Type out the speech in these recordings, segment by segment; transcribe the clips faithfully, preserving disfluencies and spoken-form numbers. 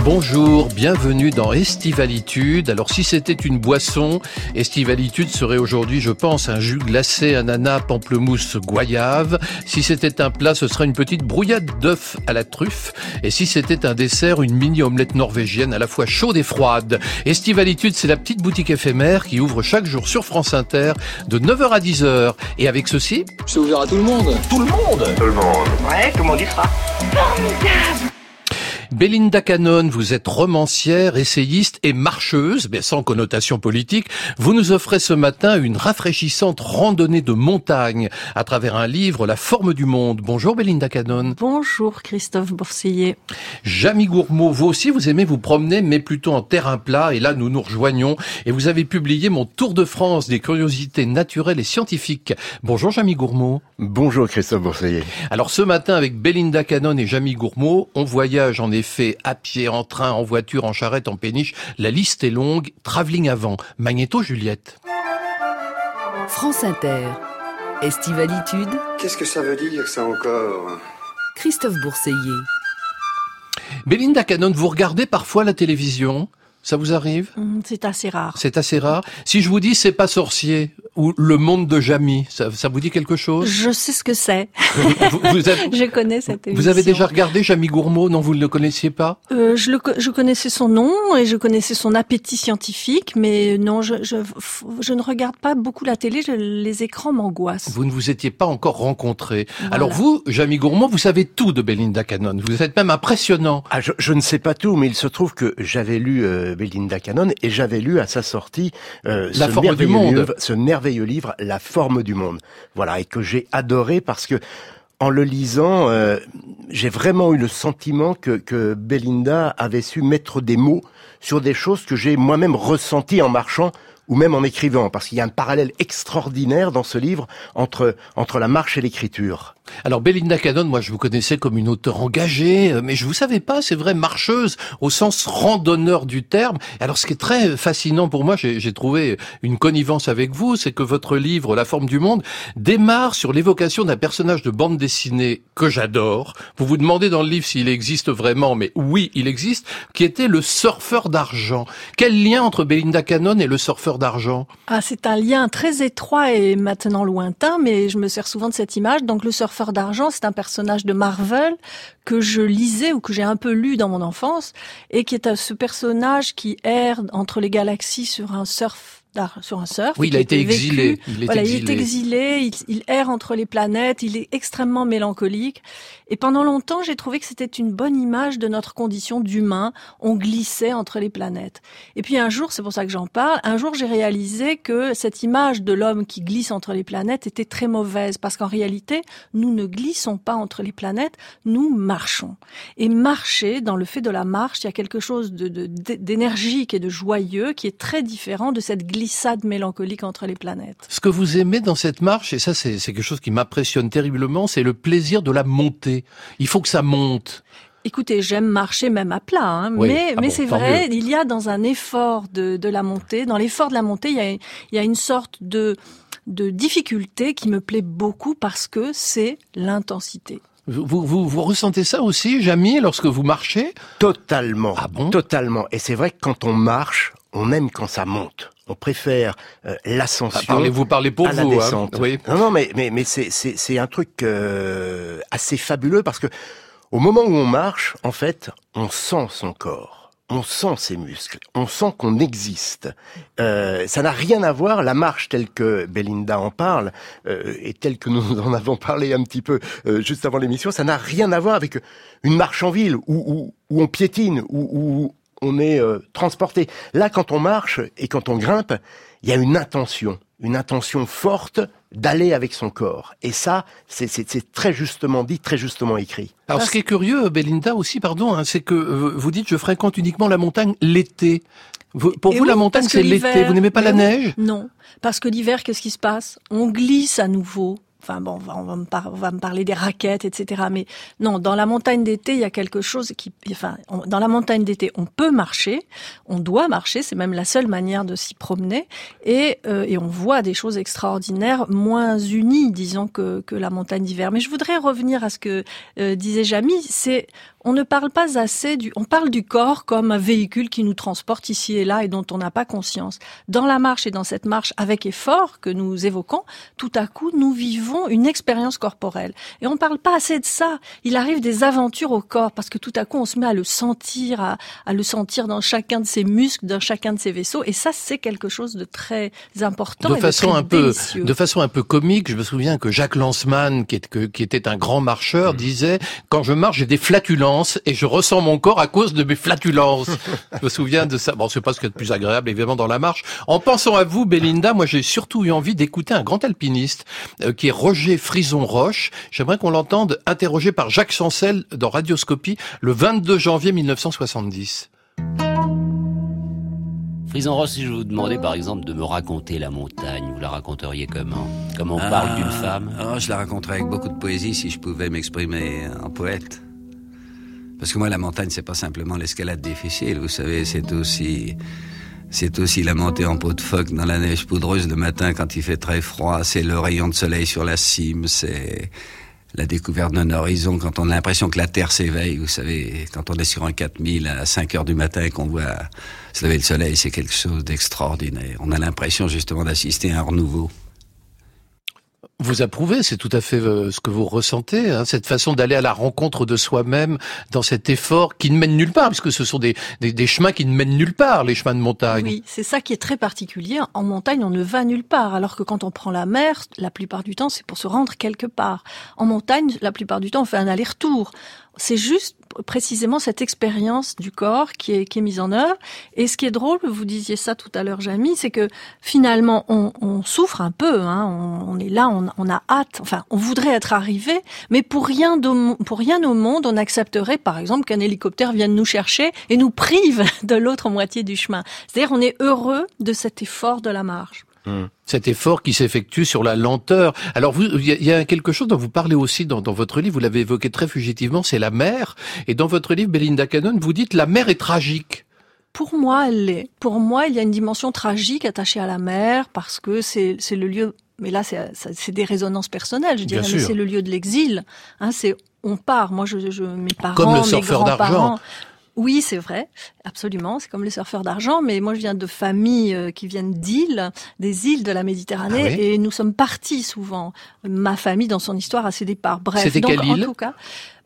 Bonjour, bienvenue dans Estivalitude. Alors si c'était une boisson, Estivalitude serait aujourd'hui, je pense, un jus glacé, ananas, pamplemousse, goyave. Si c'était un plat, ce serait une petite brouillade d'œufs à la truffe. Et si c'était un dessert, une mini omelette norvégienne à la fois chaude et froide. Estivalitude, c'est la petite boutique éphémère qui ouvre chaque jour sur France Inter de neuf heures à dix heures. Et avec ceci... C'est ouvert à tout le monde. Tout le monde. Tout le monde. Ouais, tout le monde y sera. Formidable. Belinda Cannon, vous êtes romancière, essayiste et marcheuse, mais sans connotation politique. Vous nous offrez ce matin une rafraîchissante randonnée de montagne à travers un livre, La forme du monde. Bonjour Belinda Cannon. Bonjour Christophe Bourseiller. Jamie Gourmaud, vous aussi vous aimez vous promener, mais plutôt en terrain plat, et là nous nous rejoignons. Et vous avez publié mon Tour de France des curiosités naturelles et scientifiques. Bonjour Jamie Gourmaud. Bonjour Christophe Bourseiller. Alors ce matin avec Belinda Cannon et Jamie Gourmaud, on voyage en effet à pied, en train, en voiture, en charrette, en péniche. La liste est longue. Travelling avant. Magnéto Juliette. France Inter. Estivalitude. Qu'est-ce que ça veut dire ça encore ? Christophe Bourseiller. Belinda Cannon, vous regardez parfois la télévision ? Ça vous arrive ? C'est assez rare. C'est assez rare. Si je vous dis C'est pas sorcier ou Le monde de Jamie, ça, ça vous dit quelque chose ? Je sais ce que c'est. vous, vous avez, je connais cette émission. Vous avez déjà regardé Jamie Gourmaud ? Non, vous ne le connaissiez pas ? euh, je, le, je connaissais son nom et je connaissais son appétit scientifique, mais non, je, je, je ne regarde pas beaucoup la télé, je, les écrans m'angoissent. Vous ne vous étiez pas encore rencontrés. Voilà. Alors vous, Jamie Gourmaud, vous savez tout de Belinda Cannon. Vous êtes même impressionnant. Ah, je, je ne sais pas tout, mais il se trouve que j'avais lu euh, Belinda Cannon et j'avais lu à sa sortie euh, La ce forme du monde. Livre, ce merveilleux livre, La forme du monde. Voilà, et que j'ai adoré parce que en le lisant, euh, j'ai vraiment eu le sentiment que, que Belinda avait su mettre des mots sur des choses que j'ai moi-même ressenties en marchant ou même en écrivant, parce qu'il y a un parallèle extraordinaire dans ce livre entre entre la marche et l'écriture. Alors Belinda Cannon, moi je vous connaissais comme une auteure engagée, mais je vous savais pas, c'est vrai, marcheuse au sens randonneur du terme. Alors ce qui est très fascinant pour moi, j'ai, j'ai trouvé une connivence avec vous, c'est que votre livre La forme du monde démarre sur l'évocation d'un personnage de bande dessinée que j'adore. Vous vous demandez dans le livre s'il existe vraiment, mais oui, il existe, qui était le surfeur d'argent. Quel lien entre Belinda Cannon et le surfeur d'argent ? Ah, c'est un lien très étroit et maintenant lointain, mais je me sers souvent de cette image. Donc le surfeur d'argent, c'est un personnage de Marvel que je lisais ou que j'ai un peu lu dans mon enfance et qui est ce personnage qui erre entre les galaxies sur un surf sur un surf. Oui, il a été exilé. Il est voilà, exilé. il est exilé, il, il erre entre les planètes, il est extrêmement mélancolique. Et pendant longtemps, j'ai trouvé que c'était une bonne image de notre condition d'humain. On glissait entre les planètes. Et puis un jour, c'est pour ça que j'en parle, un jour j'ai réalisé que cette image de l'homme qui glisse entre les planètes était très mauvaise, parce qu'en réalité, nous ne glissons pas entre les planètes, nous marchons. Et marcher, dans le fait de la marche, il y a quelque chose de, de, d'énergique et de joyeux qui est très différent de cette glissade glissade mélancolique entre les planètes. Ce que vous aimez dans cette marche, et ça c'est, c'est quelque chose qui m'impressionne terriblement, c'est le plaisir de la montée. Il faut que ça monte. Écoutez, j'aime marcher même à plat, hein, oui. mais, ah mais bon, c'est vrai, mieux. Il y a dans un effort de, de la montée, dans l'effort de la montée, il y a, il y a une sorte de, de difficulté qui me plaît beaucoup parce que c'est l'intensité. Vous, vous, vous ressentez ça aussi, Jamie, lorsque vous marchez ? Totalement. Ah bon ? Totalement. Et c'est vrai que quand on marche, on aime quand ça monte. On préfère euh, l'ascension. Ah, parlez, vous parlez pour à la vous, descente. Hein, oui. Non, non, mais mais mais c'est c'est c'est un truc euh, assez fabuleux parce que au moment où on marche, en fait, on sent son corps, on sent ses muscles, on sent qu'on existe. Euh, ça n'a rien à voir, la marche telle que Belinda en parle euh, et telle que nous en avons parlé un petit peu euh, juste avant l'émission, ça n'a rien à voir avec une marche en ville où où, où on piétine, où, où on est euh, transporté. Là, quand on marche et quand on grimpe, il y a une intention, une intention forte d'aller avec son corps. Et ça, c'est, c'est, c'est très justement dit, très justement écrit. Alors, ce qui est curieux, Belinda aussi, pardon, hein, c'est que euh, vous dites, je fréquente uniquement la montagne l'été. Vous, pour et vous, oui, la montagne, c'est l'été. Vous n'aimez pas la oui, neige ? Non, parce que l'hiver, qu'est-ce qui se passe ? On glisse à nouveau. Enfin bon, on va, on va, me par, on va me parler des raquettes, et cetera. Mais non, dans la montagne d'été, il y a quelque chose qui... Enfin, on, dans la montagne d'été, on peut marcher, on doit marcher, c'est même la seule manière de s'y promener. Et, euh, et on voit des choses extraordinaires, moins unies, disons, que, que la montagne d'hiver. Mais je voudrais revenir à ce que euh, disait Jamie, c'est... On ne parle pas assez du, on parle du corps comme un véhicule qui nous transporte ici et là et dont on n'a pas conscience. Dans la marche et dans cette marche avec effort que nous évoquons, tout à coup, nous vivons une expérience corporelle. Et on ne parle pas assez de ça. Il arrive des aventures au corps parce que tout à coup, on se met à le sentir, à, à le sentir dans chacun de ses muscles, dans chacun de ses vaisseaux. Et ça, c'est quelque chose de très important. De et façon de très un peu, délicieux. de façon un peu comique, je me souviens que Jacques Lanzmann, qui, est, que, qui était un grand marcheur, mmh. disait « Quand je marche, j'ai des flatulences et je ressens mon corps à cause de mes flatulences. » Je me souviens de ça. Bon, c'est pas ce qu'il y a de plus agréable, évidemment, dans la marche. En pensant à vous, Belinda, moi, j'ai surtout eu envie d'écouter un grand alpiniste euh, qui est Roger Frison-Roche. J'aimerais qu'on l'entende interrogé par Jacques Chancel dans Radioscopie le vingt-deux janvier mille neuf cent soixante-dix. Frison-Roche, si je vous demandais par exemple de me raconter la montagne, vous la raconteriez comment? Comme on ah, parle d'une femme? Oh, je la raconterais avec beaucoup de poésie si je pouvais m'exprimer en poète. Parce que moi, la montagne, c'est pas simplement l'escalade difficile, vous savez, c'est aussi... C'est aussi la montée en peau de phoque dans la neige poudreuse le matin quand il fait très froid, c'est le rayon de soleil sur la cime, c'est la découverte d'un horizon quand on a l'impression que la Terre s'éveille, vous savez, quand on est sur un quatre mille à cinq heures du matin et qu'on voit se lever le soleil, c'est quelque chose d'extraordinaire. On a l'impression justement d'assister à un renouveau. Vous approuvez, c'est tout à fait euh, ce que vous ressentez, hein, cette façon d'aller à la rencontre de soi-même dans cet effort qui ne mène nulle part, puisque ce sont des, des, des chemins qui ne mènent nulle part, les chemins de montagne. Oui, c'est ça qui est très particulier. En montagne, on ne va nulle part, alors que quand on prend la mer, la plupart du temps, c'est pour se rendre quelque part. En montagne, la plupart du temps, on fait un aller-retour. C'est juste précisément cette expérience du corps qui est, qui est mise en œuvre. Et ce qui est drôle, vous disiez ça tout à l'heure, Jamie, c'est que finalement, on, on souffre un peu. Hein, on, on est là, on, on a hâte. Enfin, on voudrait être arrivé, mais pour rien, de, pour rien au monde, on accepterait, par exemple, qu'un hélicoptère vienne nous chercher et nous prive de l'autre moitié du chemin. C'est-à-dire, on est heureux de cet effort de la marche. Cet effort qui s'effectue sur la lenteur. Alors, vous, il y, y a quelque chose dont vous parlez aussi dans, dans votre livre, vous l'avez évoqué très fugitivement, c'est la mer. Et dans votre livre, Belinda Cannon, vous dites « la mer est tragique ». Pour moi, elle l'est. Pour moi, il y a une dimension tragique attachée à la mer parce que c'est, c'est le lieu... Mais là, c'est, c'est des résonances personnelles, je dirais. Mais c'est le lieu de l'exil. Hein, c'est on part. Moi, je, je mes parents, Comme le surfeur mes grands-parents. d'argent. Oui, c'est vrai, absolument. C'est comme les surfeurs d'argent, mais moi je viens de familles euh, qui viennent d'îles, des îles de la Méditerranée, ah oui. Et nous sommes partis souvent. Ma famille, dans son histoire, a ses départs. Bref, c'était donc quelle île ? En tout cas,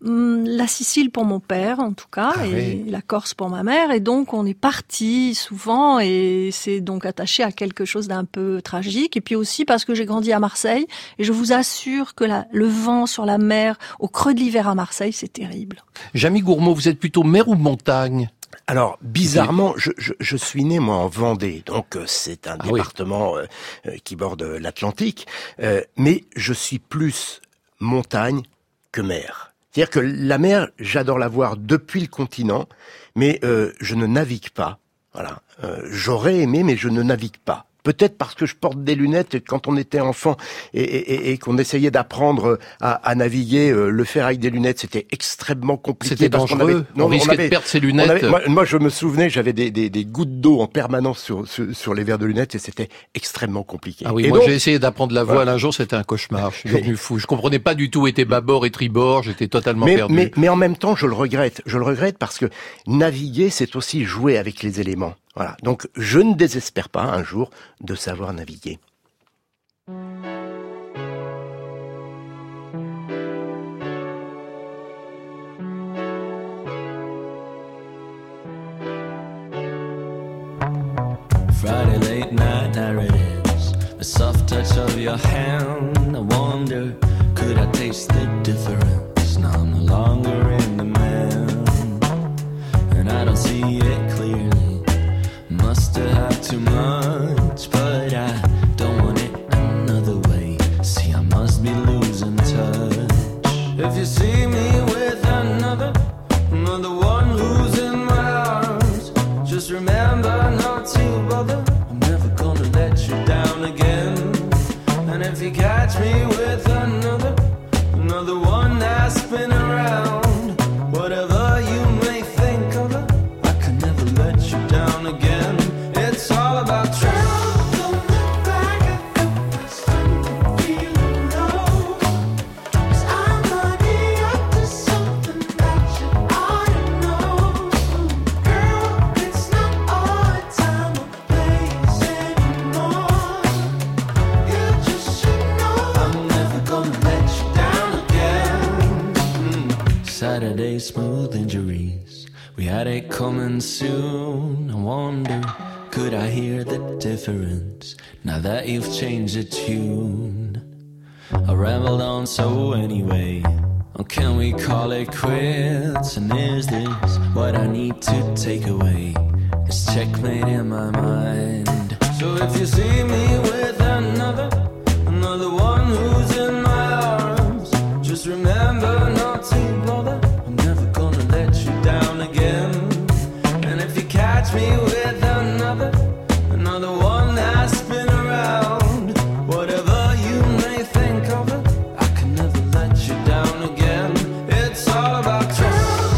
la Sicile pour mon père, en tout cas, ah et oui. La Corse pour ma mère. Et donc on est partis souvent, et c'est donc attaché à quelque chose d'un peu tragique. Et puis aussi parce que j'ai grandi à Marseille, et je vous assure que la, le vent sur la mer au creux de l'hiver à Marseille, c'est terrible. Jamie Gourmaud, vous êtes plutôt mer ou montagne ? Alors, bizarrement, je, je, je suis né, moi, en Vendée, donc euh, c'est un ah département oui. euh, qui borde l'Atlantique, euh, mais je suis plus montagne que mer. C'est-à-dire que la mer, j'adore la voir depuis le continent, mais euh, je ne navigue pas. Voilà, euh, j'aurais aimé, mais je ne navigue pas. Peut-être parce que je porte des lunettes quand on était enfant et, et, et qu'on essayait d'apprendre à, à naviguer, euh, le faire avec des lunettes, c'était extrêmement compliqué. C'était dangereux. Avait, non, on risquait on avait, de perdre ses lunettes. Avait, moi, moi, je me souvenais, j'avais des, des, des gouttes d'eau en permanence sur, sur, sur les verres de lunettes et c'était extrêmement compliqué. Ah oui, et moi donc, j'ai essayé d'apprendre la voile voilà. Un jour, c'était un cauchemar. Je suis devenu fou. Je comprenais pas du tout où était bâbord et tribord. J'étais totalement mais, perdu. Mais, mais en même temps, je le regrette. Je le regrette parce que naviguer, c'est aussi jouer avec les éléments. Voilà, donc je ne désespère pas un jour de savoir naviguer. Friday late night, there it is. The soft touch of your hand. I wonder, could I taste the difference? Now I'm no longer in the man, and I don't see it clearly. Must have had too much, but I don't want it another way. See, I must be losing touch. If you see me with another, another one who's in my arms, just remember not to bother. I'm never gonna let you down again. And if you catch me with another, another one that's been around, whatever you may think of her, I can never let you down again. It's all about trust. Don't look back at the first time you're feeling low, 'cause I might be up to something that you smooth injuries. We had it coming soon. I wonder, could I hear the difference now that you've changed the tune? I rambled on so anyway. Oh, can we call it quits? And is this what I need to take away? It's checkmate in my mind. So if you see me with another, another one who's in my arms, just remember not to bother. I'm never gonna let you down again. And if you catch me with another, another one that's been around, whatever you may think of it, I can never let you down again. It's all about trust.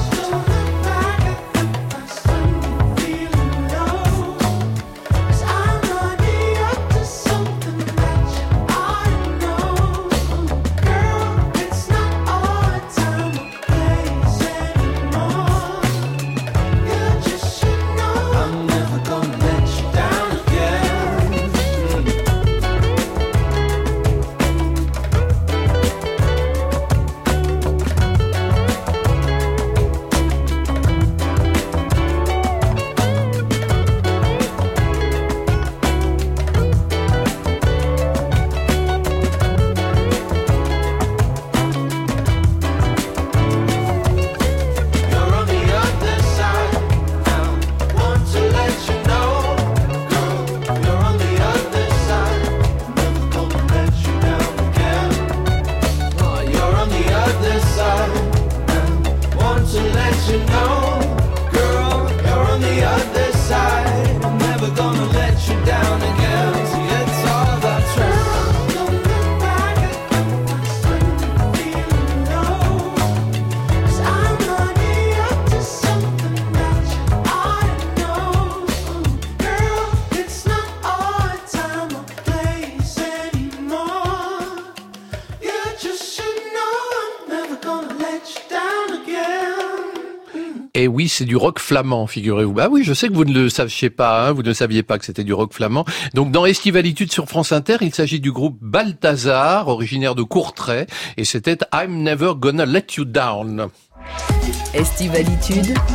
Et oui, c'est du rock flamand, figurez-vous. Bah oui, je sais que vous ne le saviez pas, hein, vous ne saviez pas que c'était du rock flamand. Donc dans Estivalitude sur France Inter, il s'agit du groupe Balthazar, originaire de Courtrai, et c'était I'm Never Gonna Let You Down. Estivalitude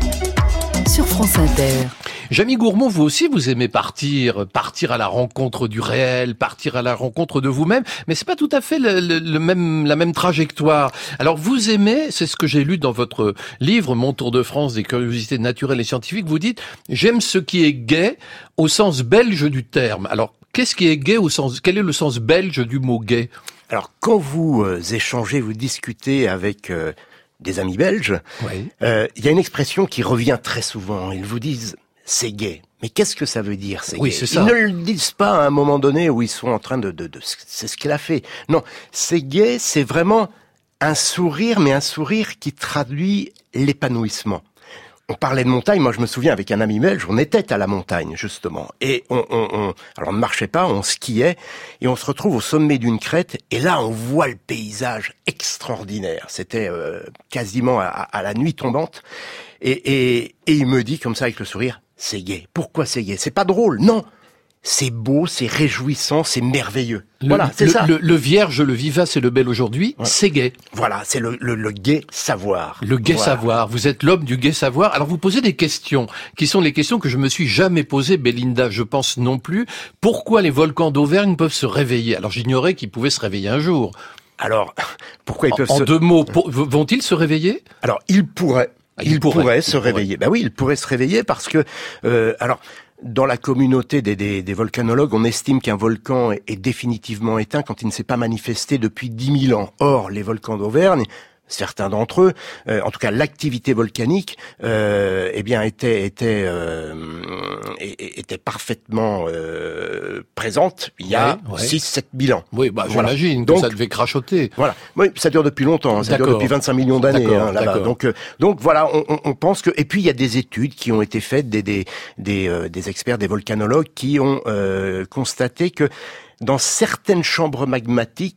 sur France Inter. Jamie Gourmand, vous aussi, vous aimez partir, partir à la rencontre du réel, partir à la rencontre de vous-même, mais c'est pas tout à fait le, le, le même, la même trajectoire. Alors, vous aimez, c'est ce que j'ai lu dans votre livre, Mon Tour de France des curiosités naturelles et scientifiques, vous dites, j'aime ce qui est gai au sens belge du terme. Alors, qu'est-ce qui est gai au sens, quel est le sens belge du mot gai? Alors, quand vous euh, échangez, vous discutez avec euh, des amis belges, oui. euh, il y a une expression qui revient très souvent. Ils vous disent c'est gay. Mais qu'est-ce que ça veut dire, c'est oui, gay? C'est ça. Ils ne le disent pas à un moment donné où ils sont en train de... de, de c'est ce qu'il a fait. Non, c'est gay, c'est vraiment un sourire, mais un sourire qui traduit l'épanouissement. On parlait de montagne, moi je me souviens avec un ami belge, on était à la montagne justement, et on, on, on alors on ne marchait pas, on skiait, et on se retrouve au sommet d'une crête, et là on voit le paysage extraordinaire. C'était euh, quasiment à, à la nuit tombante, et, et, et il me dit comme ça avec le sourire, c'est gai. Pourquoi c'est gai? C'est pas drôle, non. C'est beau, c'est réjouissant, c'est merveilleux. Le, voilà, c'est le, ça. Le, le vierge, le vivace et le bel aujourd'hui, ouais. C'est gai. Voilà, c'est le, le, le gai savoir. Le gai voilà. savoir. Vous êtes l'homme du gai savoir. Alors vous posez des questions, qui sont les questions que je me suis jamais posées, Belinda, je pense non plus. Pourquoi les volcans d'Auvergne peuvent se réveiller? Alors j'ignorais qu'ils pouvaient se réveiller un jour. Alors, pourquoi ils peuvent en, se... En deux mots, pour, vont-ils se réveiller? Alors, ils pourraient. Ah, ils, ils pourraient, pourraient ils se pourraient. réveiller. Ben oui, ils pourraient se réveiller parce que... Euh, alors... Dans la communauté des, des, des volcanologues, on estime qu'un volcan est, est définitivement éteint quand il ne s'est pas manifesté depuis dix mille ans. Or, les volcans d'Auvergne, certains d'entre eux, euh, en tout cas l'activité volcanique, euh, eh bien était était euh, était parfaitement euh, présente il y a ouais, ouais. six sept mille ans. Oui, bah voilà. j'imagine que donc, ça devait crachoter. Voilà, oui, ça dure depuis longtemps, hein, ça d'accord. dure depuis vingt-cinq millions d'années hein, là-bas. D'accord. Donc euh, donc voilà, on, on, on pense que et puis il y a des études qui ont été faites des des des, euh, des experts, des volcanologues qui ont euh, constaté que dans certaines chambres magmatiques,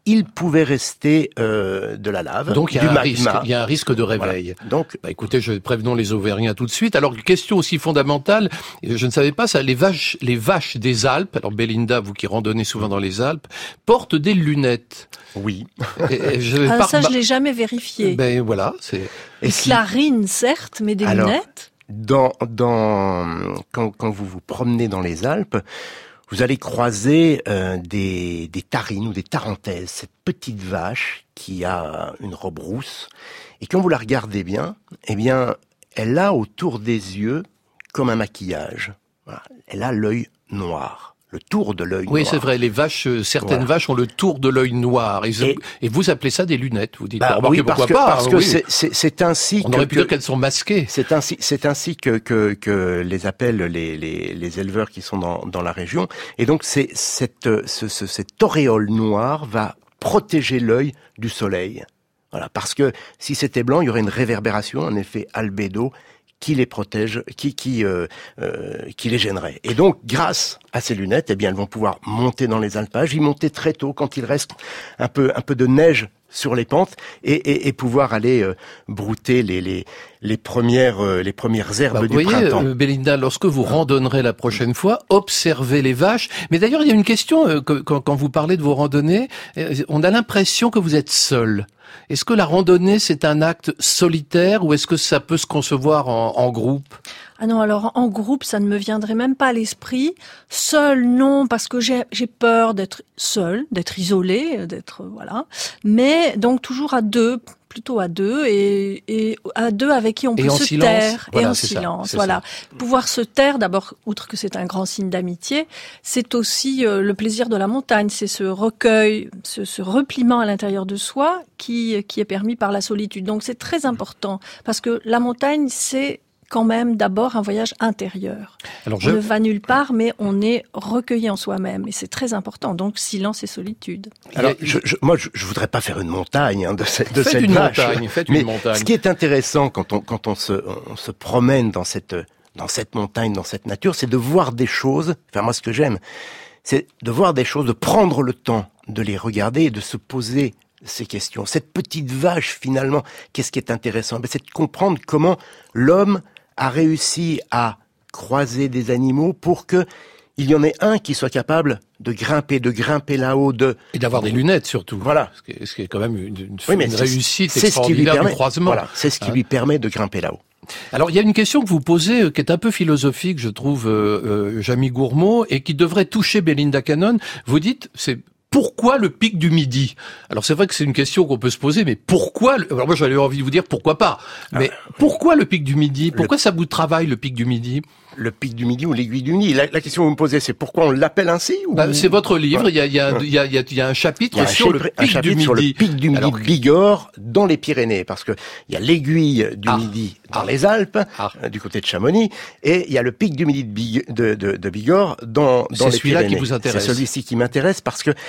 il pouvait rester euh, de la lave, donc il y a du un magma. risque, il y a un risque de réveil. Voilà. Donc, bah, écoutez, je prévenons les Auvergnats tout de suite. Alors, question aussi fondamentale, je ne savais pas ça, les vaches, les vaches des Alpes. Alors, Belinda, vous qui randonnez souvent dans les Alpes, portent des lunettes. Oui. Et, et je ah, par... ça, je l'ai jamais vérifié. Ben voilà, c'est. Ils si... clarinent, certes, mais des Alors, lunettes. Dans, dans, quand, quand vous vous promenez dans les Alpes, vous allez croiser euh, des, des tarines ou des tarentaises, cette petite vache qui a une robe rousse. Et quand vous la regardez bien, eh bien, elle a autour des yeux comme un maquillage. Voilà. Elle a l'œil noir. Le tour de l'œil oui, noir. c'est vrai. Les vaches, certaines voilà. vaches ont le tour de l'œil noir. Et, et, et vous appelez ça des lunettes. Vous dites, bah, bah, oui, parce pourquoi que, pas parce que oui. c'est, c'est, c'est ainsi on que, aurait pu que, dire qu'elles sont masquées. C'est ainsi, c'est ainsi que, que, que les appellent les, les, les éleveurs qui sont dans, dans la région. Et donc, c'est cette, ce, ce, cette auréole noire va protéger l'œil du soleil. Voilà, parce que si c'était blanc, il y aurait une réverbération, un effet albédo qui les protège, qui qui euh, euh, qui les gênerait. Et donc, grâce à ces lunettes, eh bien, elles vont pouvoir monter dans les alpages, y monter très tôt quand il reste un peu un peu de neige sur les pentes et, et, et pouvoir aller euh, brouter les les les premières euh, les premières herbes bah, du vous voyez, printemps. Euh, Belinda, lorsque vous randonnerez la prochaine fois, observez les vaches. Mais d'ailleurs, il y a une question euh, que, quand, quand vous parlez de vos randonnées, euh, on a l'impression que vous êtes seul. Est-ce que la randonnée, c'est un acte solitaire ou est-ce que ça peut se concevoir en, en groupe ? Ah non, alors en groupe, ça ne me viendrait même pas à l'esprit. Seul, non, parce que j'ai, j'ai peur d'être seul, d'être isolé, d'être, voilà. Mais donc toujours à deux, plutôt à deux, et, et à deux avec qui on peut se silence. taire. Voilà, et en c'est silence, ça, voilà. Ça. Pouvoir se taire, d'abord, outre que c'est un grand signe d'amitié, c'est aussi euh, le plaisir de la montagne, c'est ce recueil, ce, ce repliement à l'intérieur de soi qui, qui est permis par la solitude. Donc c'est très important, parce que la montagne, c'est quand même d'abord un voyage intérieur. Alors je... On ne va nulle part, mais on est recueilli en soi-même, et c'est très important. Donc silence et solitude. Alors, je, je, moi, je, je voudrais pas faire une montagne hein, de cette, de faites cette une vache. Montagne, faites mais une montagne. Ce qui est intéressant quand on quand on se on se promène dans cette dans cette montagne, dans cette nature, c'est de voir des choses. Enfin, moi, ce que j'aime, c'est de voir des choses, de prendre le temps de les regarder et de se poser ces questions. Cette petite vache, finalement, qu'est-ce qui est intéressant ? Ben, c'est de comprendre comment l'homme a réussi à croiser des animaux pour que il y en ait un qui soit capable de grimper, de grimper là-haut, de et d'avoir des lunettes surtout. Voilà, ce qui est, ce qui est quand même une, une, oui, mais une c'est, réussite c'est extraordinaire ce qui lui permet, du croisement. Voilà, c'est ce qui hein lui permet de grimper là-haut. Alors, il y a une question que vous posez euh, qui est un peu philosophique, je trouve, euh, euh, Jamie Gourmaud, et qui devrait toucher Belinda Cannon. Vous dites, c'est pourquoi le pic du Midi ? Alors c'est vrai que c'est une question qu'on peut se poser, mais pourquoi le... Alors moi j'avais envie de vous dire pourquoi pas, mais ah, pourquoi le pic du Midi ? Pourquoi le... ça vous travaille le pic du Midi ? Le pic du Midi ou l'aiguille du Midi. La, la question que vous me posez, c'est pourquoi on l'appelle ainsi ou... bah, c'est votre livre, il ouais. y, a, y, a, y, a, y a un chapitre y a un sur chapitre, le pic un chapitre du Midi. Sur le pic du Midi Alors... Bigorre dans les Pyrénées, parce que il y a l'aiguille du ah. Midi dans ah. les Alpes, ah. euh, du côté de Chamonix, et il y a le pic du Midi de, Big... de, de, de Bigorre dans, dans les Pyrénées. C'est celui-là qui vous intéresse. C'est celui-ci qui m'intéresse parce que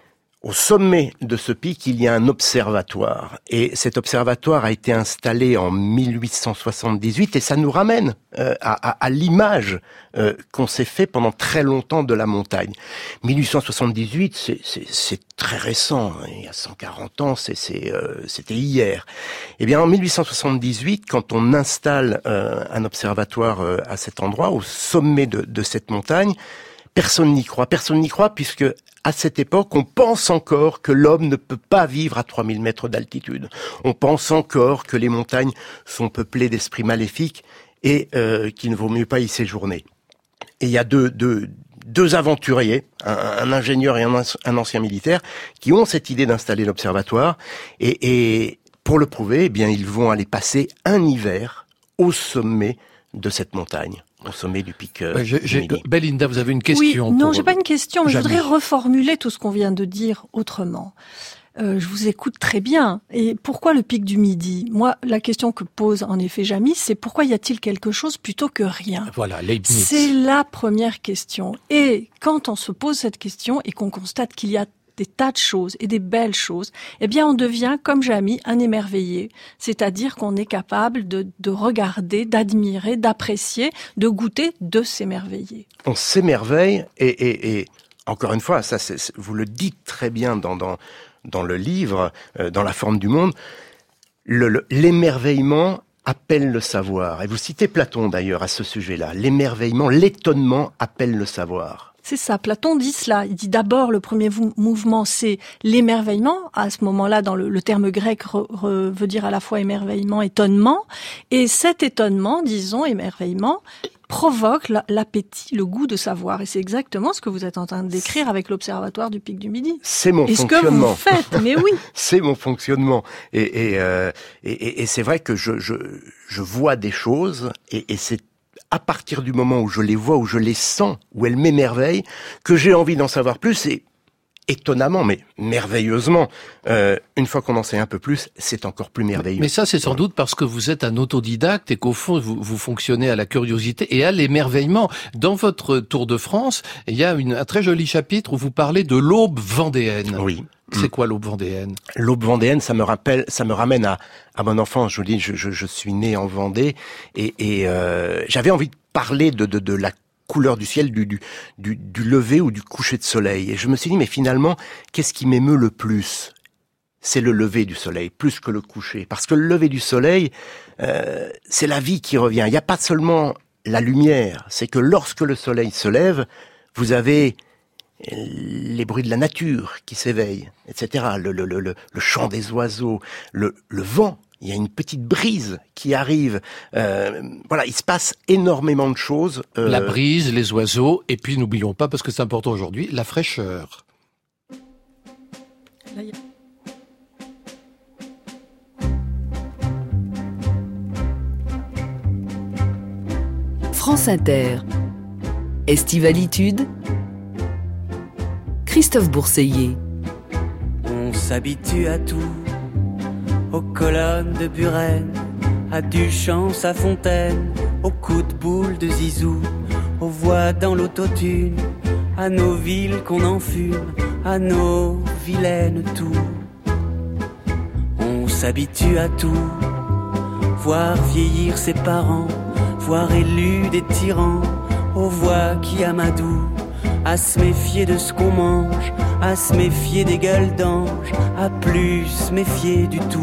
au sommet de ce pic, il y a un observatoire. Et cet observatoire a été installé en mille huit cent soixante-dix-huit et ça nous ramène euh, à, à, à l'image euh, qu'on s'est fait pendant très longtemps de la montagne. mille huit cent soixante-dix-huit, c'est, c'est, c'est très récent. Hein, il y a cent quarante ans, c'est, c'est, euh, c'était hier. Eh bien, en mille huit cent soixante-dix-huit, quand on installe euh, un observatoire euh, à cet endroit, au sommet de, de cette montagne, personne n'y croit. Personne n'y croit puisque à cette époque, on pense encore que l'homme ne peut pas vivre à trois mille mètres d'altitude. On pense encore que les montagnes sont peuplées d'esprits maléfiques et euh, qu'il ne vaut mieux pas y séjourner. Et il y a deux, deux, deux aventuriers, un, un ingénieur et un, un ancien militaire, qui ont cette idée d'installer l'observatoire. Et, et pour le prouver, eh bien, ils vont aller passer un hiver au sommet de cette montagne. Au sommet du pic euh, ouais, je, du Midi. Belinda, vous avez une question ? Oui, non, pour... j'ai pas une question, mais Jamais. je voudrais reformuler tout ce qu'on vient de dire autrement. Euh, je vous écoute très bien. Et pourquoi le pic du Midi ? Moi, la question que pose en effet Jamie, c'est pourquoi y a-t-il quelque chose plutôt que rien ? Voilà, Leibniz. C'est la première question. Et quand on se pose cette question et qu'on constate qu'il y a des tas de choses et des belles choses, eh bien on devient, comme Jamie, un émerveillé. C'est-à-dire qu'on est capable de, de regarder, d'admirer, d'apprécier, de goûter, de s'émerveiller. On s'émerveille et, et, et encore une fois, ça, c'est, vous le dites très bien dans, dans, dans le livre, euh, dans La forme du monde, le, le, l'émerveillement appelle le savoir. Et vous citez Platon d'ailleurs à ce sujet-là. L'émerveillement, l'étonnement appelle le savoir. C'est ça, Platon dit cela. Il dit d'abord le premier vou- mouvement, c'est l'émerveillement. À ce moment-là, dans le, le terme grec re, re, veut dire à la fois émerveillement, étonnement. Et cet étonnement, disons, émerveillement, provoque la, l'appétit, le goût de savoir. Et c'est exactement ce que vous êtes en train de décrire avec l'Observatoire du Pic du Midi. C'est mon et fonctionnement. Ce que vous faites, mais oui. C'est mon fonctionnement. Et, et, euh, et, et, et c'est vrai que je, je, je vois des choses et, et c'est à partir du moment où je les vois, où je les sens, où elles m'émerveillent, que j'ai envie d'en savoir plus. Et étonnamment, mais merveilleusement, euh, une fois qu'on en sait un peu plus, c'est encore plus merveilleux. Mais ça, c'est sans doute parce que vous êtes un autodidacte et qu'au fond, vous, vous fonctionnez à la curiosité et à l'émerveillement. Dans votre Tour de France, il y a une, un très joli chapitre où vous parlez de l'aube vendéenne. Oui. C'est quoi l'aube vendéenne? L'aube vendéenne, ça me rappelle, ça me ramène à, à mon enfance. Je vous dis, je, je, je suis né en Vendée et, et euh, j'avais envie de parler de, de, de la couleur du ciel, du, du, du, du lever ou du coucher de soleil. Et je me suis dit, mais finalement, qu'est-ce qui m'émeut le plus? C'est le lever du soleil, plus que le coucher. Parce que le lever du soleil, euh, c'est la vie qui revient. Il n'y a pas seulement la lumière, c'est que lorsque le soleil se lève, vous avez les bruits de la nature qui s'éveillent, et cetera. Le, le, le, le chant des oiseaux, le, le vent. Il y a une petite brise qui arrive. Euh, voilà, il se passe énormément de choses. Euh... La brise, les oiseaux, et puis n'oublions pas, parce que c'est important aujourd'hui, la fraîcheur. Là, y a... France Inter. Estivalitude. Christophe Bourseiller. On s'habitue à tout, aux colonnes de Buren, à Duchamp, à Fontaine, aux coups de boule de Zizou, aux voix dans l'autotune, à nos villes qu'on enfume, à nos vilaines tours. On s'habitue à tout, voir vieillir ses parents, voir élus des tyrans, aux voix qui amadouent, à se méfier de ce qu'on mange, à se méfier des gueules d'ange, à plus se méfier du tout.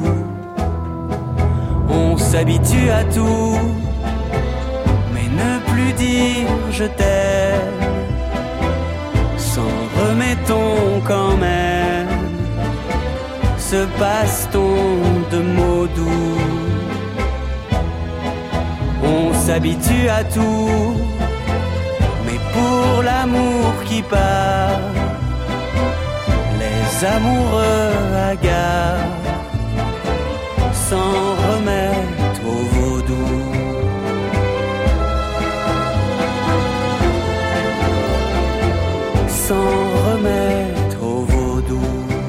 On s'habitue à tout, mais ne plus dire je t'aime, s'en remettons quand même, se passe-t-on de mots doux. On s'habitue à tout, mais pour l'amour qui part, les amoureux hagards s'en remettent au vaudou. S'en remettre au vaudou.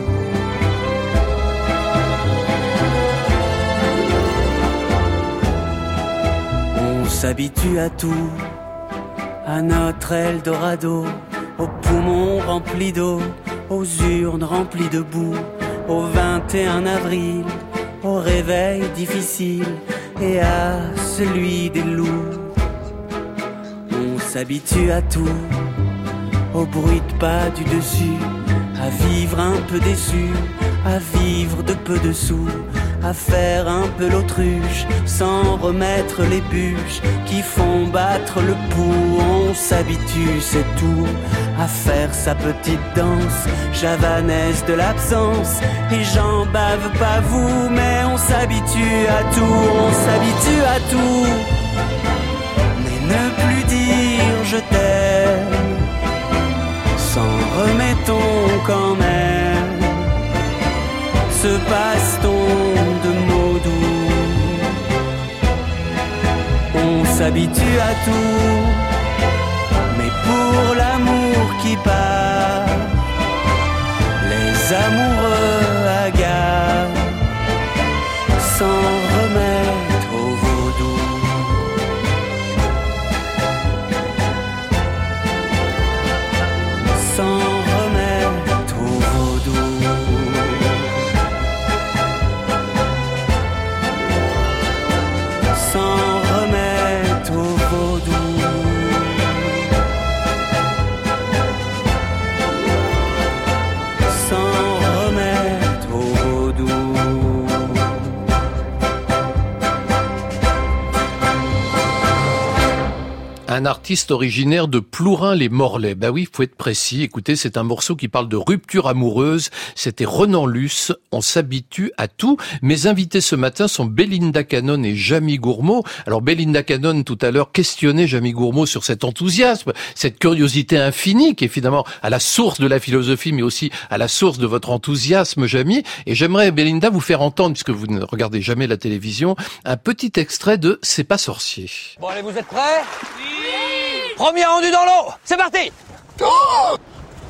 On s'habitue à tout, à notre Eldorado, aux poumons remplis d'eau, aux urnes remplies de boue, au vingt et un avril, au réveil difficile et à celui des loups. On s'habitue à tout, au bruit de pas du dessus, à vivre un peu déçu, à vivre de peu de sous, à faire un peu l'autruche, sans remettre les bûches qui font battre le pouls. On s'habitue, c'est tout, à faire sa petite danse javanaise de l'absence. Et j'en bave pas vous, mais on s'habitue à tout, on s'habitue à tout. Mais ne plus dire je t'aime, s'en remettons quand même, se passe-t-on de mots doux. On s'habitue à tout, mais pour l'amour qui part, les amoureux hagards s'en remettent au vaudou. S'en remettre au vaudou. S'en remettre au vaudou. S'en remettre un artiste originaire de Plourin-les-Morlaix. Bah oui, il faut être précis. Écoutez, c'est un morceau qui parle de rupture amoureuse. C'était Renan Luce. On s'habitue à tout. Mes invités ce matin sont Belinda Cannon et Jamie Gourmaud. Alors Belinda Cannon, tout à l'heure, questionnait Jamie Gourmaud sur cet enthousiasme, cette curiosité infinie qui est finalement à la source de la philosophie, mais aussi à la source de votre enthousiasme, Jamie. Et j'aimerais, Belinda, vous faire entendre, puisque vous ne regardez jamais la télévision, un petit extrait de C'est pas sorcier. Bon allez, vous êtes prêts? Oui. Premier rendu dans l'eau, c'est parti. Stop!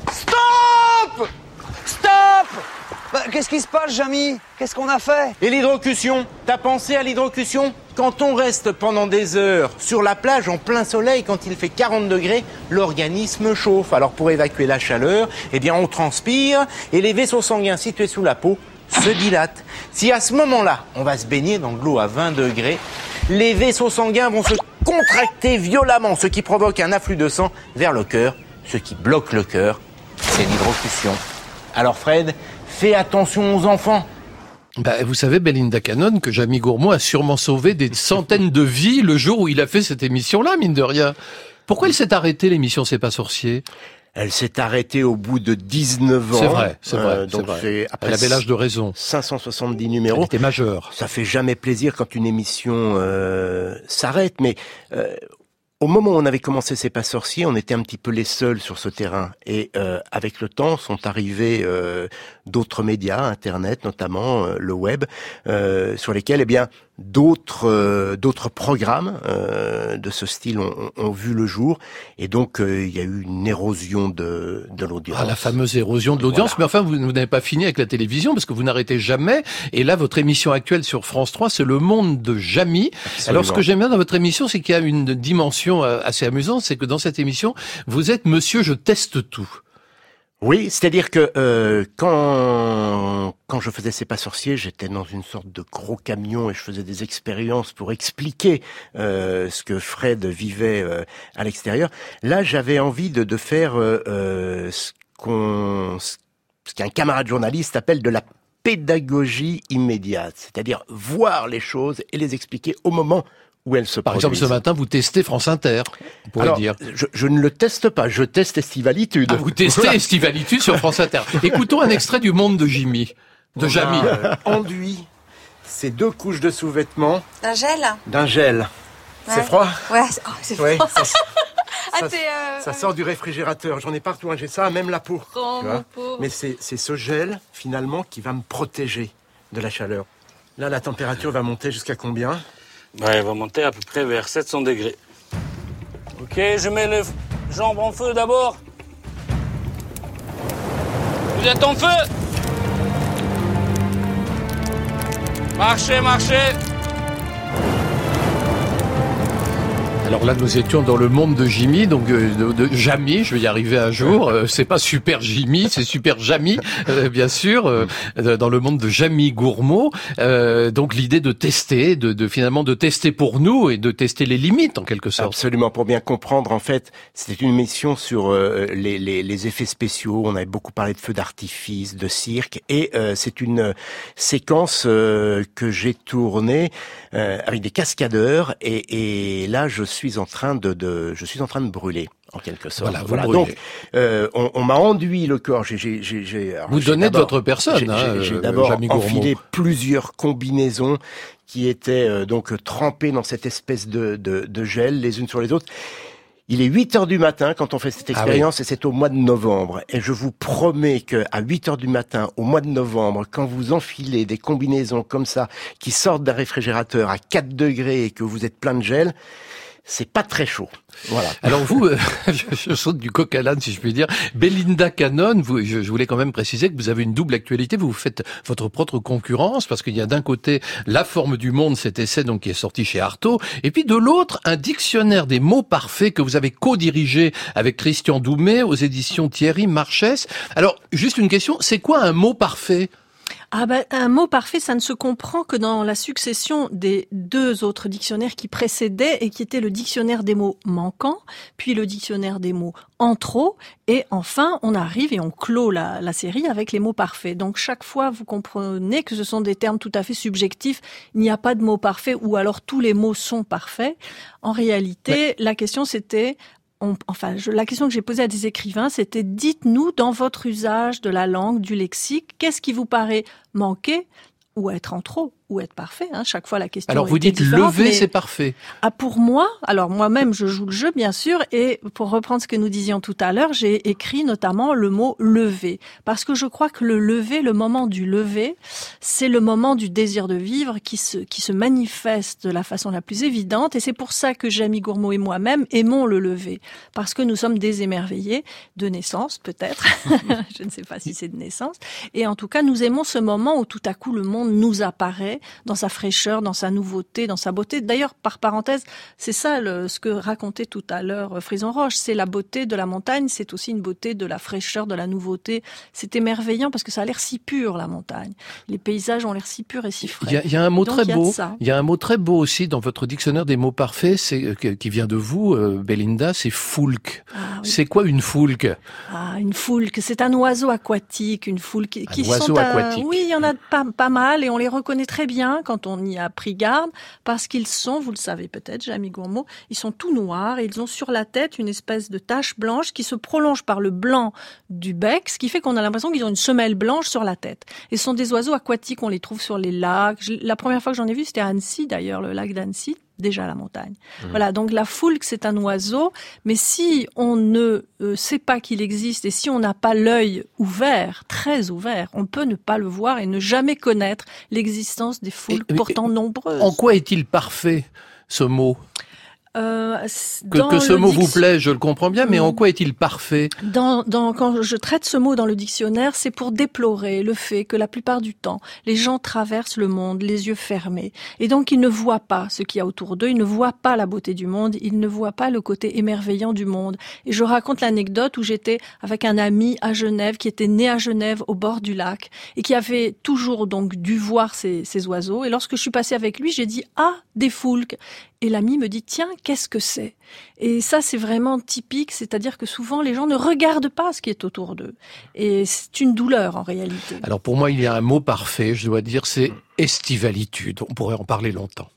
Stop! Stop! Bah, qu'est-ce qui se passe, Jamie? Qu'est-ce qu'on a fait? Et l'hydrocution? T'as pensé à l'hydrocution? Quand on reste pendant des heures sur la plage en plein soleil, quand il fait quarante degrés, l'organisme chauffe. Alors pour évacuer la chaleur, eh bien on transpire et les vaisseaux sanguins situés sous la peau se dilatent. Si à ce moment-là, on va se baigner dans de l'eau à vingt degrés, les vaisseaux sanguins vont se contracter violemment, ce qui provoque un afflux de sang vers le cœur. Ce qui bloque le cœur, c'est l'hydrocution. Alors Fred, fais attention aux enfants. Bah, vous savez, Belinda Cannon, que Jamie Gourmaud a sûrement sauvé des centaines de vies le jour où il a fait cette émission-là, mine de rien. Pourquoi il s'est arrêté, l'émission C'est pas sorcier? Elle s'est arrêtée au bout de dix-neuf ans. C'est vrai, c'est vrai. Euh, donc c'est vrai. c'est après Elle avait l'âge de raison. cinq cent soixante-dix numéros. Elle était majeure. Ça fait jamais plaisir quand une émission euh, s'arrête, mais euh, au moment où on avait commencé C'est pas sorcier, on était un petit peu les seuls sur ce terrain. Et euh, avec le temps, sont arrivés euh, d'autres médias, Internet notamment, euh, le web, euh, sur lesquels, eh bien, d'autres euh, d'autres programmes euh, de ce style ont, ont vu le jour. Et donc, euh, il y a eu une érosion de, de l'audience. Ah, la fameuse érosion de l'audience. Voilà. Mais enfin, vous, vous n'avez pas fini avec la télévision parce que vous n'arrêtez jamais. Et là, votre émission actuelle sur France trois, c'est Le Monde de Jamie. Absolument. Alors, ce que j'aime bien dans votre émission, c'est qu'il y a une dimension assez amusante, c'est que dans cette émission, vous êtes Monsieur Je teste tout. Oui, c'est-à-dire que euh, quand quand je faisais C'est pas sorcier, j'étais dans une sorte de gros camion et je faisais des expériences pour expliquer euh, ce que Fred vivait euh, à l'extérieur. Là, j'avais envie de, de faire euh, ce qu'on ce qu'un camarade journaliste appelle de la pédagogie immédiate, c'est-à-dire voir les choses et les expliquer au moment où elles se Par produisent. exemple, ce matin, vous testez France Inter, on pourrait Alors, dire. Je, je ne le teste pas, je teste Estivalitude. Ah, vous testez voilà. Estivalitude sur France Inter. Écoutons un extrait du Monde de Jimmy, de on Jamie. Euh, enduit ces deux couches de sous-vêtements. D'un gel D'un gel. Ouais. C'est froid Ouais, c'est, oh, c'est ouais, froid. Ça, ça, ah, euh... ça sort du réfrigérateur. J'en ai partout, hein. J'ai ça, même la peau. Oh, mon pauvre. Mais c'est, c'est ce gel, finalement, qui va me protéger de la chaleur. Là, la température va monter jusqu'à combien ? Ouais, elle va monter à peu près vers sept cents degrés. Ok, je mets les jambes en feu d'abord. Vous êtes en feu? Marchez, marchez. Alors là, nous étions dans le monde de Jimmy, donc euh, de, de Jamie, je vais y arriver un jour. Euh, c'est pas super Jimmy, c'est super Jamie, euh, bien sûr, euh, dans le monde de Jamie Gourmaud. Euh, donc l'idée de tester, de, de finalement de tester pour nous et de tester les limites en quelque sorte. Absolument, pour bien comprendre, en fait, c'était une émission sur euh, les, les, les effets spéciaux. On avait beaucoup parlé de feux d'artifice, de cirque, et euh, c'est une séquence euh, que j'ai tournée euh, avec des cascadeurs, et, et là, je suis suis en train de, de je suis en train de brûler en quelque sorte. Voilà, voilà. Donc euh, on, on m'a enduit le corps. J'ai, j'ai, j'ai, j'ai, alors, vous j'ai donnez de votre personne. J'ai, hein, j'ai, j'ai euh, d'abord Jamie enfilé Gourmaud. plusieurs combinaisons qui étaient euh, donc trempées dans cette espèce de, de, de gel les unes sur les autres. Il est huit heures du matin quand on fait cette expérience, ah oui. Et c'est au mois de novembre. Et je vous promets que à huit heures du matin, au mois de novembre, quand vous enfilez des combinaisons comme ça, qui sortent d'un réfrigérateur à quatre degrés et que vous êtes plein de gel, c'est pas très chaud. Voilà. Alors vous, euh, je, je saute du coq à l'âne si je puis dire. Belinda Cannon, vous, je, je voulais quand même préciser que vous avez une double actualité. Vous faites votre propre concurrence parce qu'il y a d'un côté La Forme du Monde, cet essai donc qui est sorti chez Artaud, et puis de l'autre un dictionnaire des mots parfaits que vous avez co-dirigé avec Christian Doumet aux éditions Thierry Marchès. Alors juste une question, c'est quoi un mot parfait ? Ah ben, un mot parfait, ça ne se comprend que dans la succession des deux autres dictionnaires qui précédaient et qui étaient le dictionnaire des mots manquants, puis le dictionnaire des mots en trop, et enfin on arrive et on clôt la, la série avec les mots parfaits. Donc chaque fois vous comprenez que ce sont des termes tout à fait subjectifs, il n'y a pas de mots parfaits ou alors tous les mots sont parfaits. En réalité, ouais. la question c'était... On, enfin, je, la question que j'ai posée à des écrivains, c'était dites-nous dans votre usage de la langue, du lexique, qu'est-ce qui vous paraît manquer ou être en trop ou être parfait, hein. Chaque fois la question. Alors vous dites lever, mais... c'est parfait. Ah, pour moi, alors moi-même je joue le jeu bien sûr, et pour reprendre ce que nous disions tout à l'heure, j'ai écrit notamment le mot lever, parce que je crois que le lever, le moment du lever, c'est le moment du désir de vivre qui se qui se manifeste de la façon la plus évidente, et c'est pour ça que Jamie Gourmaud et moi-même aimons le lever, parce que nous sommes des émerveillés de naissance peut-être, je ne sais pas si c'est de naissance, et en tout cas nous aimons ce moment où tout à coup le monde nous apparaît dans sa fraîcheur, dans sa nouveauté, dans sa beauté. D'ailleurs, par parenthèse, c'est ça le, ce que racontait tout à l'heure Frison Roche, c'est la beauté de la montagne, c'est aussi une beauté de la fraîcheur, de la nouveauté. C'est émerveillant parce que ça a l'air si pur, la montagne. Les paysages ont l'air si purs et si frais. Il y a, il y a un mot donc, très il beau. Il y a un mot très beau aussi dans votre dictionnaire des mots parfaits, c'est qui vient de vous, Belinda, c'est foulque. Ah, oui. C'est quoi une foulque? Ah, une foulque, c'est un oiseau aquatique, une foulque un qui oiseau sont aquatique. À... Oui, il y en a pas, pas mal et on les reconnaît très bien quand on y a pris garde, parce qu'ils sont, vous le savez peut-être, Jamie Gourmaud, ils sont tout noirs et ils ont sur la tête une espèce de tache blanche qui se prolonge par le blanc du bec, ce qui fait qu'on a l'impression qu'ils ont une semelle blanche sur la tête. Et ce sont des oiseaux aquatiques, on les trouve sur les lacs. La première fois que j'en ai vu, c'était à Annecy d'ailleurs, le lac d'Annecy. Déjà la montagne. Mmh. Voilà, donc la foulque, c'est un oiseau, mais si on ne euh, sait pas qu'il existe et si on n'a pas l'œil ouvert, très ouvert, on peut ne pas le voir et ne jamais connaître l'existence des foulques, et, pourtant et, nombreuses. En quoi est-il parfait, ce mot ? Euh, que, que ce mot dic... vous plaît, je le comprends bien, mais mmh. en quoi est-il parfait ? dans, dans, Quand je traite ce mot dans le dictionnaire, c'est pour déplorer le fait que la plupart du temps, les gens traversent le monde les yeux fermés. Et donc, ils ne voient pas ce qu'il y a autour d'eux, ils ne voient pas la beauté du monde, ils ne voient pas le côté émerveillant du monde. Et je raconte l'anecdote où j'étais avec un ami à Genève, qui était né à Genève, au bord du lac, et qui avait toujours donc dû voir ces, ces oiseaux. Et lorsque je suis passée avec lui, j'ai dit « Ah, des foulques !» Et l'ami me dit, tiens, qu'est-ce que c'est ? Et ça, c'est vraiment typique, c'est-à-dire que souvent, les gens ne regardent pas ce qui est autour d'eux. Et c'est une douleur, en réalité. Alors, pour moi, il y a un mot parfait, je dois dire, c'est estivalitude. On pourrait en parler longtemps.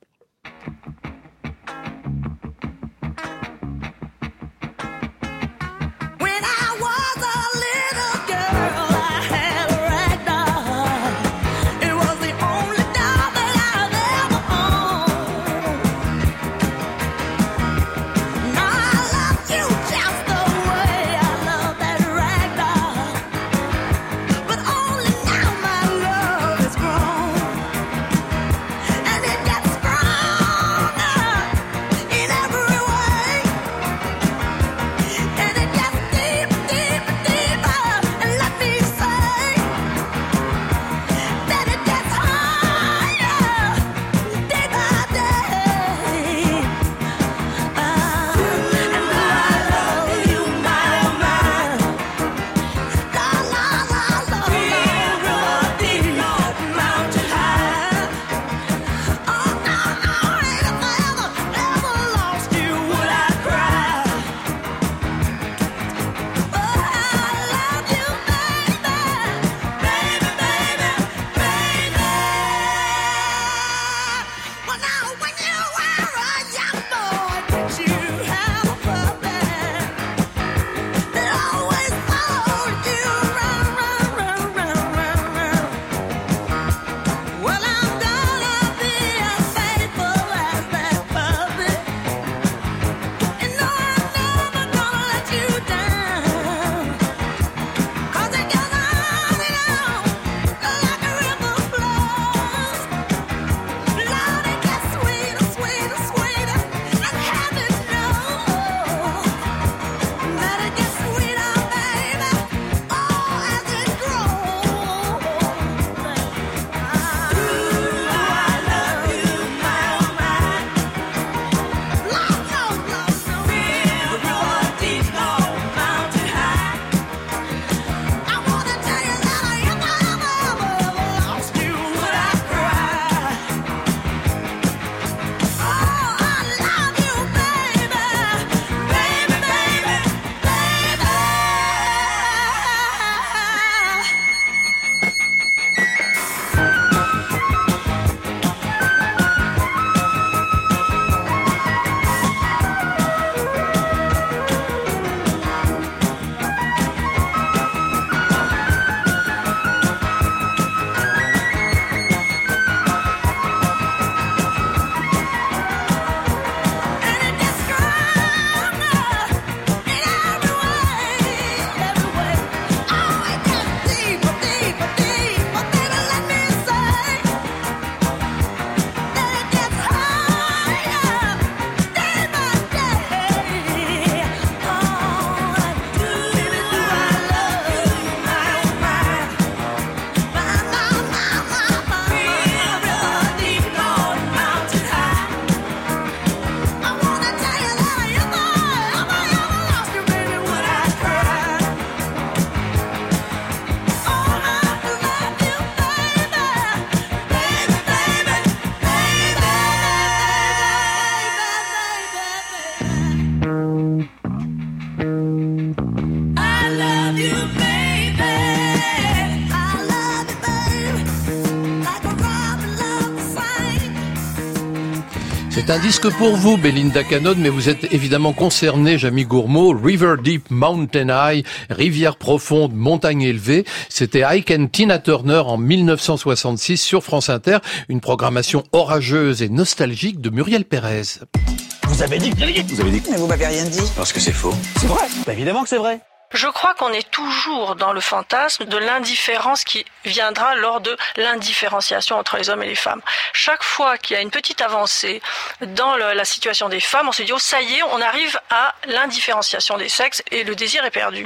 C'est un disque pour vous, Belinda Cannon, mais vous êtes évidemment concerné, Jamie Gourmaud. River Deep, Mountain High, rivière profonde, montagne élevée. C'était Ike and Tina Turner en mille neuf cent soixante-six sur France Inter. Une programmation orageuse et nostalgique de Muriel Pérez. Vous avez dit que vous avez dit. Vous avez dit. Mais vous m'avez rien dit. Parce que c'est faux. C'est vrai. Bah, évidemment que c'est vrai. Je crois qu'on est toujours dans le fantasme de l'indifférence qui viendra lors de l'indifférenciation entre les hommes et les femmes. Chaque fois qu'il y a une petite avancée dans le, la situation des femmes, on se dit, oh ça y est, on arrive à l'indifférenciation des sexes et le désir est perdu.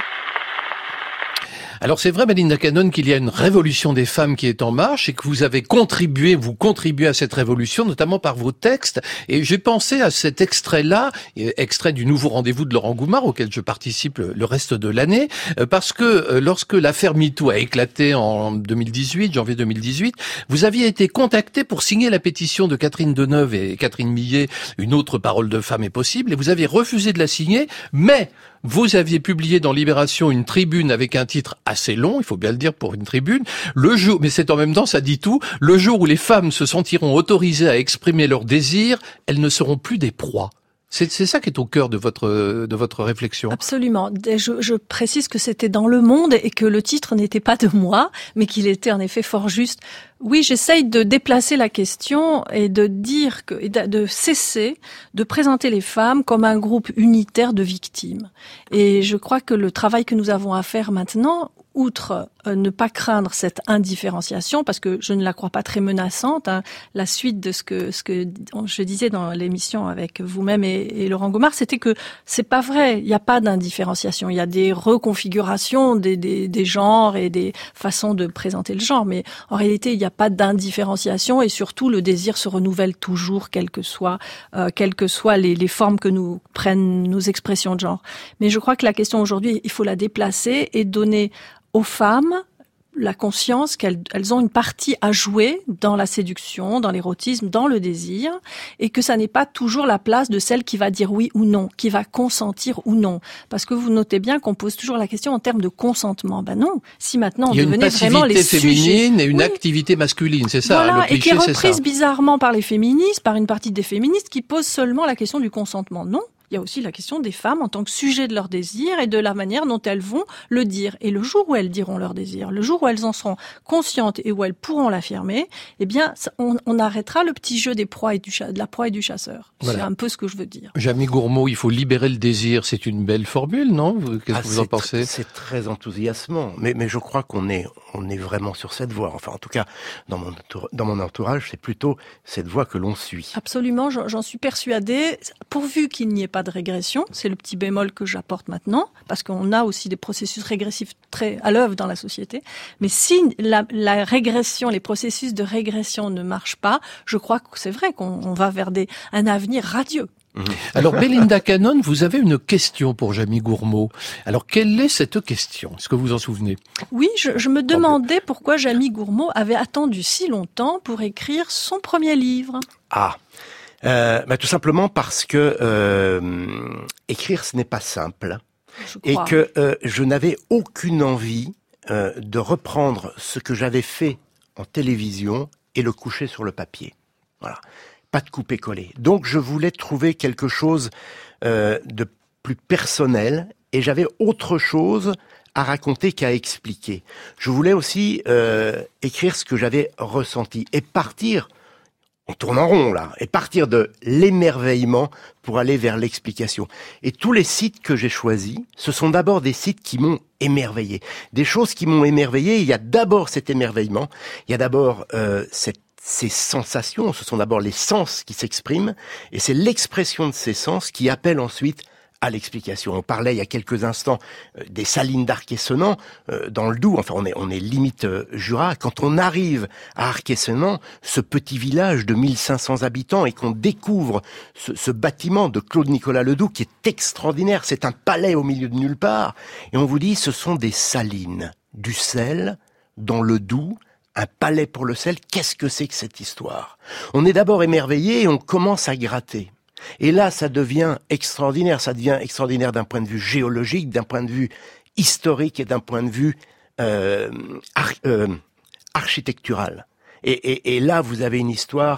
Alors c'est vrai, Belinda Cannon, qu'il y a une révolution des femmes qui est en marche et que vous avez contribué, vous contribuez à cette révolution, notamment par vos textes. Et j'ai pensé à cet extrait-là, extrait du nouveau rendez-vous de Laurent Goumard, auquel je participe le reste de l'année, parce que lorsque l'affaire MeToo a éclaté en deux mille dix-huit, janvier deux mille dix-huit, vous aviez été contacté pour signer la pétition de Catherine Deneuve et Catherine Millet, Une autre parole de femme est possible, et vous aviez refusé de la signer, mais vous aviez publié dans Libération une tribune avec un titre assez long, il faut bien le dire pour une tribune, le jour, mais c'est en même temps, ça dit tout, le jour où les femmes se sentiront autorisées à exprimer leurs désirs, elles ne seront plus des proies. C'est, c'est ça qui est au cœur de votre de votre réflexion. Absolument. Je, je précise que c'était dans Le Monde et que le titre n'était pas de moi, mais qu'il était en effet fort juste. Oui, j'essaye de déplacer la question et de dire que, et de cesser de présenter les femmes comme un groupe unitaire de victimes. Et je crois que le travail que nous avons à faire maintenant, outre euh, ne pas craindre cette indifférenciation, parce que je ne la crois pas très menaçante, hein, la suite de ce que ce que je disais dans l'émission avec vous-même et, et Laurent Goumard, c'était que c'est pas vrai, il n'y a pas d'indifférenciation, il y a des reconfigurations des, des, des genres et des façons de présenter le genre, mais en réalité il n'y a pas d'indifférenciation et surtout le désir se renouvelle toujours, quelles que soient euh, quelles que soient les, les formes que nous prennent nos expressions de genre. Mais je crois que la question aujourd'hui, il faut la déplacer et donner aux femmes la conscience qu'elles elles ont une partie à jouer dans la séduction, dans l'érotisme, dans le désir, et que ça n'est pas toujours la place de celle qui va dire oui ou non, qui va consentir ou non. Parce que vous notez bien qu'on pose toujours la question en termes de consentement. Ben non, si maintenant on devenait vraiment les sujets... Il y a une passivité féminine et une oui. activité masculine, c'est ça, voilà, le cliché, et qui est reprise c'est ça. bizarrement par les féministes, par une partie des féministes qui posent seulement la question du consentement. Non. Il y a aussi la question des femmes en tant que sujet de leur désir et de la manière dont elles vont le dire. Et le jour où elles diront leur désir, le jour où elles en seront conscientes et où elles pourront l'affirmer, eh bien, on, on arrêtera le petit jeu des proies et du cha- de la proie et du chasseur. Voilà. C'est un peu ce que je veux dire. Jamie Gourmaud, il faut libérer le désir. C'est une belle formule, non? Qu'est-ce ah, que vous en pensez? tr- C'est très enthousiasmant. Mais, mais je crois qu'on est, on est vraiment sur cette voie. Enfin, en tout cas, dans mon, entour- dans mon entourage, c'est plutôt cette voie que l'on suit. Absolument, j'en, j'en suis persuadée. Pourvu qu'il n'y ait pas de régression, c'est le petit bémol que j'apporte maintenant, parce qu'on a aussi des processus régressifs très à l'œuvre dans la société. Mais si la, la régression, les processus de régression ne marchent pas, je crois que c'est vrai qu'on on va vers des, un avenir radieux. Alors, Belinda Cannon, vous avez une question pour Jamie Gourmaud. Alors, quelle est cette question? Est-ce que vous vous en souvenez? Oui, je, je me demandais pourquoi Jamie Gourmaud avait attendu si longtemps pour écrire son premier livre. Ah Euh, bah, tout simplement parce que euh, écrire ce n'est pas simple et que euh, je n'avais aucune envie euh, de reprendre ce que j'avais fait en télévision et le coucher sur le papier. Voilà, pas de couper-coller. Donc je voulais trouver quelque chose euh, de plus personnel et j'avais autre chose à raconter qu'à expliquer. Je voulais aussi euh, écrire ce que j'avais ressenti et partir. On tourne en rond, là, et partir de l'émerveillement pour aller vers l'explication. Et tous les sites que j'ai choisis, ce sont d'abord des sites qui m'ont émerveillé. Des choses qui m'ont émerveillé, il y a d'abord cet émerveillement, il y a d'abord euh, cette, ces sensations, ce sont d'abord les sens qui s'expriment, et c'est l'expression de ces sens qui appelle ensuite à l'explication. On parlait il y a quelques instants euh, des salines d'Arc-et-Senans euh, dans le Doubs. Enfin, on est on est limite euh, Jura. Quand on arrive à Arc-et-Senans, ce petit village de mille cinq cents habitants, et qu'on découvre ce, ce bâtiment de Claude-Nicolas Ledoux qui est extraordinaire. C'est un palais au milieu de nulle part. Et on vous dit, ce sont des salines, du sel dans le Doubs. Un palais pour le sel. Qu'est-ce que c'est que cette histoire? On est d'abord émerveillé et on commence à gratter. Et là, ça devient extraordinaire. Ça devient extraordinaire d'un point de vue géologique, d'un point de vue historique et d'un point de vue euh, ar- euh, architectural. Et, et, et là, vous avez une histoire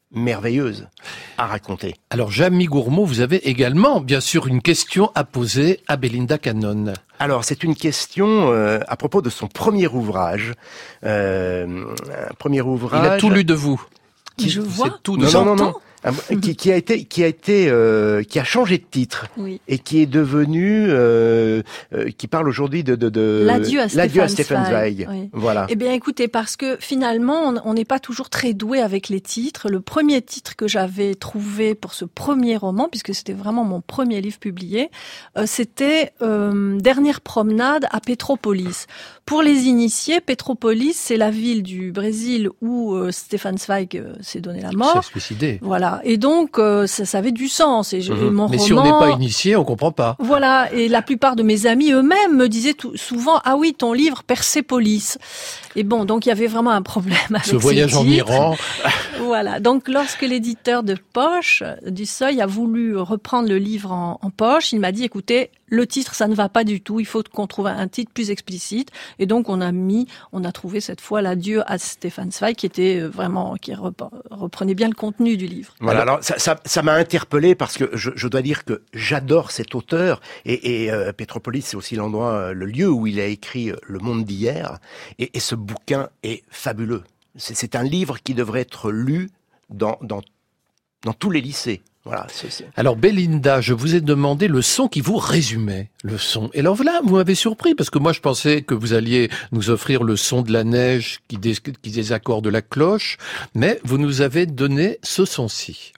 merveilleuse à raconter. Alors, Jamie Gourmaud, vous avez également, bien sûr, une question à poser à Belinda Cannon. Alors, c'est une question euh, à propos de son premier ouvrage. Euh, un premier ouvrage... Il a tout lu de vous. Qui, je vois, tout non, non, non, non. Qui, qui a été, qui a été, euh, qui a changé de titre oui. et qui est devenu, euh, euh, qui parle aujourd'hui de, de, de l'adieu à Stefan, à Stefan Zweig. Oui. Voilà. Eh bien, écoutez, parce que finalement, on n'est pas toujours très doué avec les titres. Le premier titre que j'avais trouvé pour ce premier roman, puisque c'était vraiment mon premier livre publié, euh, c'était euh, Dernière promenade à Petropolis. Pour les initiés, Petropolis, c'est la ville du Brésil où euh, Stefan Zweig euh, s'est donné la mort. s'est suicidé. Voilà. Et donc, euh, ça, ça avait du sens. Et, je, mmh. et mon Mais roman, si on n'est pas initié, on comprend pas. Voilà. Et la plupart de mes amis eux-mêmes me disaient tout, souvent, ah oui, ton livre Persépolis. Et bon, donc il y avait vraiment un problème avec ce voyage en Iran. Voilà. Donc, lorsque l'éditeur de Poche, du Seuil, a voulu reprendre le livre en, en poche, il m'a dit, écoutez, le titre, ça ne va pas du tout. Il faut qu'on trouve un titre plus explicite. Et donc, on a mis, on a trouvé cette fois l'adieu à Stefan Zweig, qui était vraiment, qui reprenait bien le contenu du livre. Voilà. Alors, ça, ça, ça m'a interpellé parce que je, je dois dire que j'adore cet auteur. Et, et euh, Petropolis, c'est aussi l'endroit, le lieu où il a écrit Le Monde d'hier. Et, et ce bouquin est fabuleux. C'est, c'est un livre qui devrait être lu dans, dans, dans tous les lycées. Voilà, c'est, c'est... Alors Belinda, je vous ai demandé le son qui vous résumait, le son. Et alors là, vous m'avez surpris, parce que moi je pensais que vous alliez nous offrir le son de la neige qui, dés- qui désaccorde la cloche, mais vous nous avez donné ce son-ci.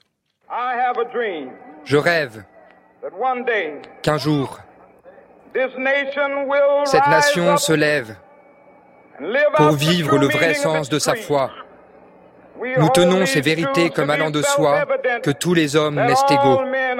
Je rêve qu'un jour, cette nation se lève pour vivre le vrai sens de sa foi. Nous tenons ces vérités comme allant de soi, que tous les hommes naissent égaux.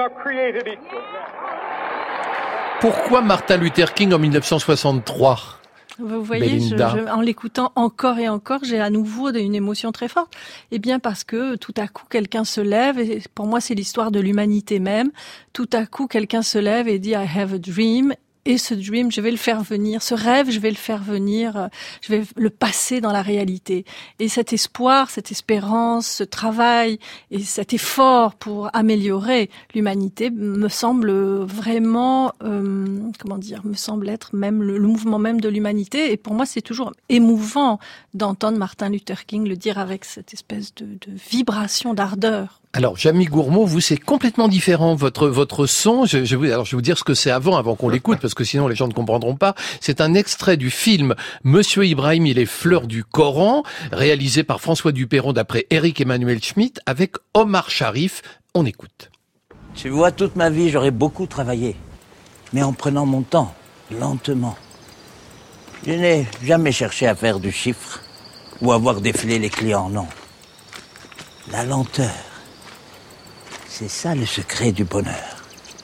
Pourquoi Martin Luther King en dix-neuf cent soixante-trois ? Vous voyez, je, je, en l'écoutant encore et encore, j'ai à nouveau une émotion très forte. Eh bien, parce que tout à coup, quelqu'un se lève, et pour moi, c'est l'histoire de l'humanité même. Tout à coup, quelqu'un se lève et dit « I have a dream ». Et ce dream, je vais le faire venir, ce rêve, je vais le faire venir, je vais le passer dans la réalité. Et cet espoir, cette espérance, ce travail et cet effort pour améliorer l'humanité me semble vraiment, euh, comment dire, me semble être même le, le mouvement même de l'humanité. Et pour moi, c'est toujours émouvant d'entendre Martin Luther King le dire avec cette espèce de, de vibration, d'ardeur. Alors, Jamie Gourmaud, vous, c'est complètement différent, votre votre son. Je, je, alors, je vais vous dire ce que c'est avant, avant qu'on l'écoute, parce que sinon les gens ne comprendront pas. C'est un extrait du film Monsieur Ibrahim et les fleurs du Coran, réalisé par François Dupeyron d'après Éric Emmanuel Schmitt, avec Omar Sharif. On écoute. Tu vois, toute ma vie, j'aurais beaucoup travaillé, mais en prenant mon temps, lentement. Je n'ai jamais cherché à faire du chiffre ou à voir défiler les clients, non. La lenteur. C'est ça le secret du bonheur.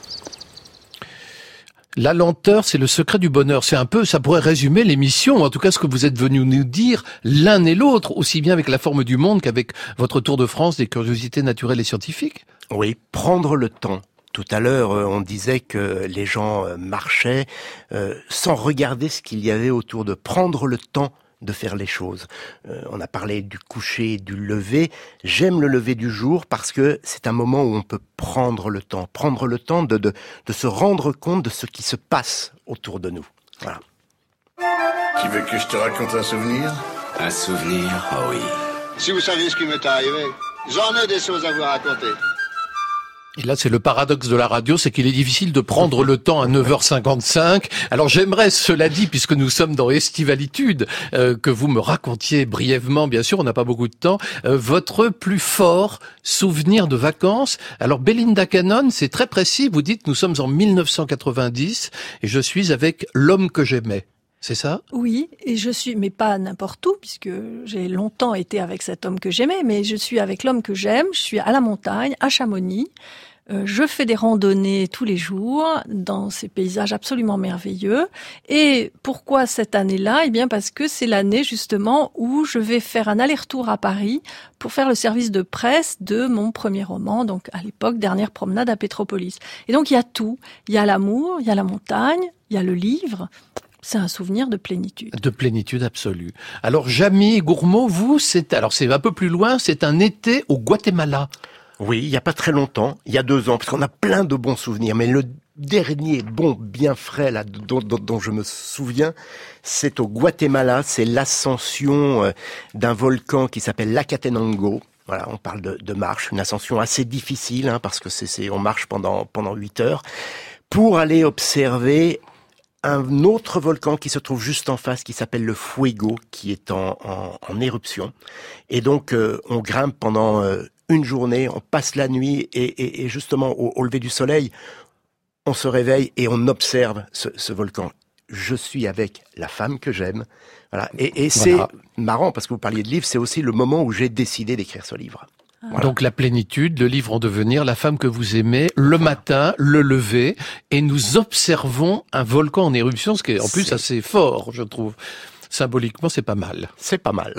La lenteur, c'est le secret du bonheur. C'est un peu, ça pourrait résumer l'émission, en tout cas ce que vous êtes venus nous dire l'un et l'autre, aussi bien avec La Forme du Monde qu'avec votre Tour de France des curiosités naturelles et scientifiques. Oui, prendre le temps. Tout à l'heure, on disait que les gens marchaient euh, sans regarder ce qu'il y avait autour de prendre le temps de faire les choses. Euh, on a parlé du coucher, du lever. J'aime le lever du jour parce que c'est un moment où on peut prendre le temps, prendre le temps de, de, de se rendre compte de ce qui se passe autour de nous. Voilà. Tu veux que je te raconte un souvenir ? Un souvenir, oh oui. Si vous saviez ce qui m'est arrivé, j'en ai des choses à vous raconter. Et là, c'est le paradoxe de la radio, c'est qu'il est difficile de prendre le temps à neuf heures cinquante-cinq. Alors j'aimerais, cela dit, puisque nous sommes dans Estivalitude, euh, que vous me racontiez brièvement, bien sûr, on n'a pas beaucoup de temps, euh, votre plus fort souvenir de vacances. Alors Belinda Cannon, c'est très précis, vous dites, nous sommes en dix-neuf cent quatre-vingt-dix et je suis avec l'homme que j'aimais. C'est ça ? Oui, et je suis, mais pas n'importe où, puisque j'ai longtemps été avec cet homme que j'aimais, mais je suis avec l'homme que j'aime, je suis à la montagne, à Chamonix, euh, je fais des randonnées tous les jours, dans ces paysages absolument merveilleux, et pourquoi cette année-là ? Eh bien parce que c'est l'année justement où je vais faire un aller-retour à Paris pour faire le service de presse de mon premier roman, donc à l'époque, Dernière promenade à Petropolis. Et donc il y a tout, il y a l'amour, il y a la montagne, il y a le livre, C'est un souvenir de plénitude. De plénitude absolue. Alors, Jamy Gourmaud, vous, c'est, alors c'est un peu plus loin, c'est un été au Guatemala. Oui, il n'y a pas très longtemps, il y a deux ans, parce qu'on a plein de bons souvenirs, mais le dernier bon, bien frais, là, dont, dont, dont je me souviens, c'est au Guatemala, c'est l'ascension euh, d'un volcan qui s'appelle l'Acatenango. Voilà, on parle de, de marche, une ascension assez difficile, hein, parce que c'est, c'est, on marche pendant, pendant huit heures, pour aller observer un autre volcan qui se trouve juste en face, qui s'appelle le Fuego, qui est en, en, en éruption. Et donc, euh, on grimpe pendant euh, une journée, on passe la nuit, et, et, et justement, au, au lever du soleil, on se réveille et on observe ce, ce volcan. Je suis avec la femme que j'aime. Voilà. Et, et c'est voilà. marrant, parce que vous parliez de livre, c'est aussi le moment où j'ai décidé d'écrire ce livre. Voilà. Donc la plénitude, le livre en devenir, la femme que vous aimez, le matin, le lever, et nous observons un volcan en éruption, ce qui est en plus c'est... assez fort, je trouve. Symboliquement, c'est pas mal. C'est pas mal.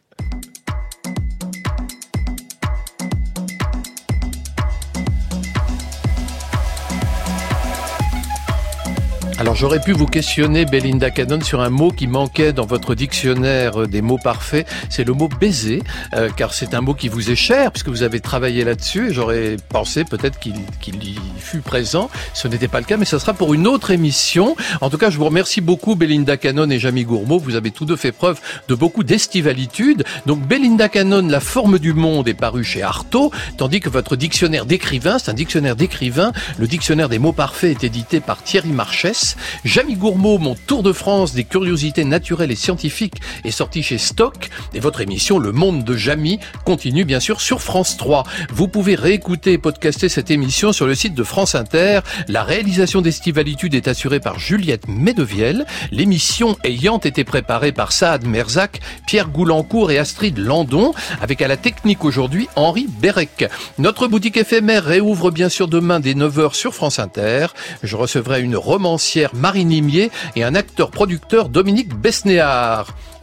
Alors j'aurais pu vous questionner, Belinda Cannon, sur un mot qui manquait dans votre dictionnaire des mots parfaits, c'est le mot baiser, euh, car c'est un mot qui vous est cher, puisque vous avez travaillé là-dessus, et j'aurais pensé peut-être qu'il, qu'il y fut présent. Ce n'était pas le cas, mais ça sera pour une autre émission. En tout cas, je vous remercie beaucoup, Belinda Cannon et Jamy Gourmaud. Vous avez tous deux fait preuve de beaucoup d'estivalitude. Donc Belinda Cannon, La forme du monde est paru chez Artaud, tandis que votre dictionnaire d'écrivain, c'est un dictionnaire d'écrivain. Le dictionnaire des mots parfaits est édité par Thierry Marchès. Jamy Gourmaud, mon tour de France des curiosités naturelles et scientifiques est sorti chez Stock. Et votre émission Le Monde de Jamy continue bien sûr sur France trois. Vous pouvez réécouter et podcaster cette émission sur le site de France Inter. La réalisation d'Estivalitude est assurée par Juliette Medevielle. L'émission ayant été préparée par Saad Merzak, Pierre Goulancourt et Astrid Landon, avec à la technique aujourd'hui Henri Bérec. Notre boutique éphémère réouvre bien sûr demain dès neuf heures sur France Inter. Je recevrai une romancière Marie Nimier et un acteur-producteur Dominique Besnéard.